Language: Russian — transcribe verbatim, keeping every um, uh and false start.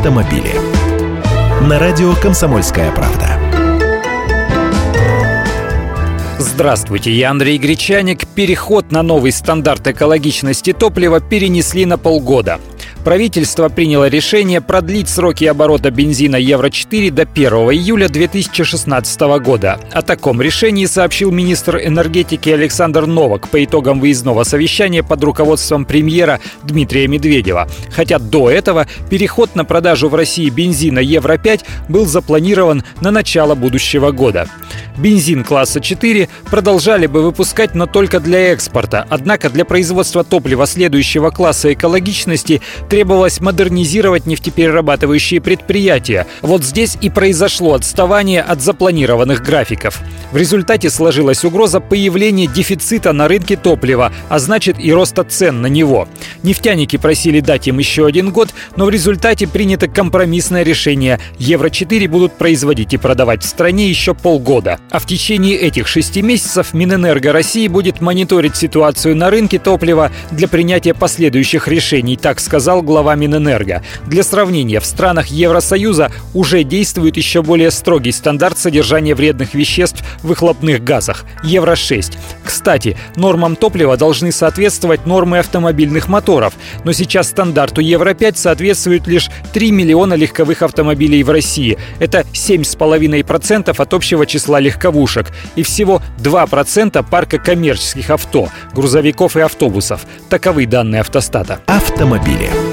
автомобили. На радио «Комсомольская правда». Здравствуйте, я Андрей Гречаник. Переход на новый стандарт экологичности топлива перенесли на полгода. Правительство приняло решение продлить сроки оборота бензина Евро четыре до первого июля две тысячи шестнадцатого года. О таком решении сообщил министр энергетики Александр Новак по итогам выездного совещания под руководством премьера Дмитрия Медведева. Хотя до этого переход на продажу в России бензина Евро пять был запланирован на начало будущего года. Бензин класса четыре продолжали бы выпускать, но только для экспорта. Однако для производства топлива следующего класса экологичности требовалось модернизировать нефтеперерабатывающие предприятия. Вот здесь и произошло отставание от запланированных графиков. В результате сложилась угроза появления дефицита на рынке топлива, а значит и роста цен на него. Нефтяники просили дать им еще один год, но в результате принято компромиссное решение. Евро четыре будут производить и продавать в стране еще полгода. А в течение этих шести месяцев Минэнерго России будет мониторить ситуацию на рынке топлива для принятия последующих решений, так сказал глава Минэнерго. Для сравнения, в странах Евросоюза уже действует еще более строгий стандарт содержания вредных веществ в выхлопных газах – Евро шесть. Кстати, нормам топлива должны соответствовать нормы автомобильных моторов, но сейчас стандарту Евро пять соответствует лишь три миллиона легковых автомобилей в России. Это семь целых пять десятых процента от общего числа легковушек и всего два процента парка коммерческих авто, грузовиков и автобусов. Таковы данные автостата. Автомобили.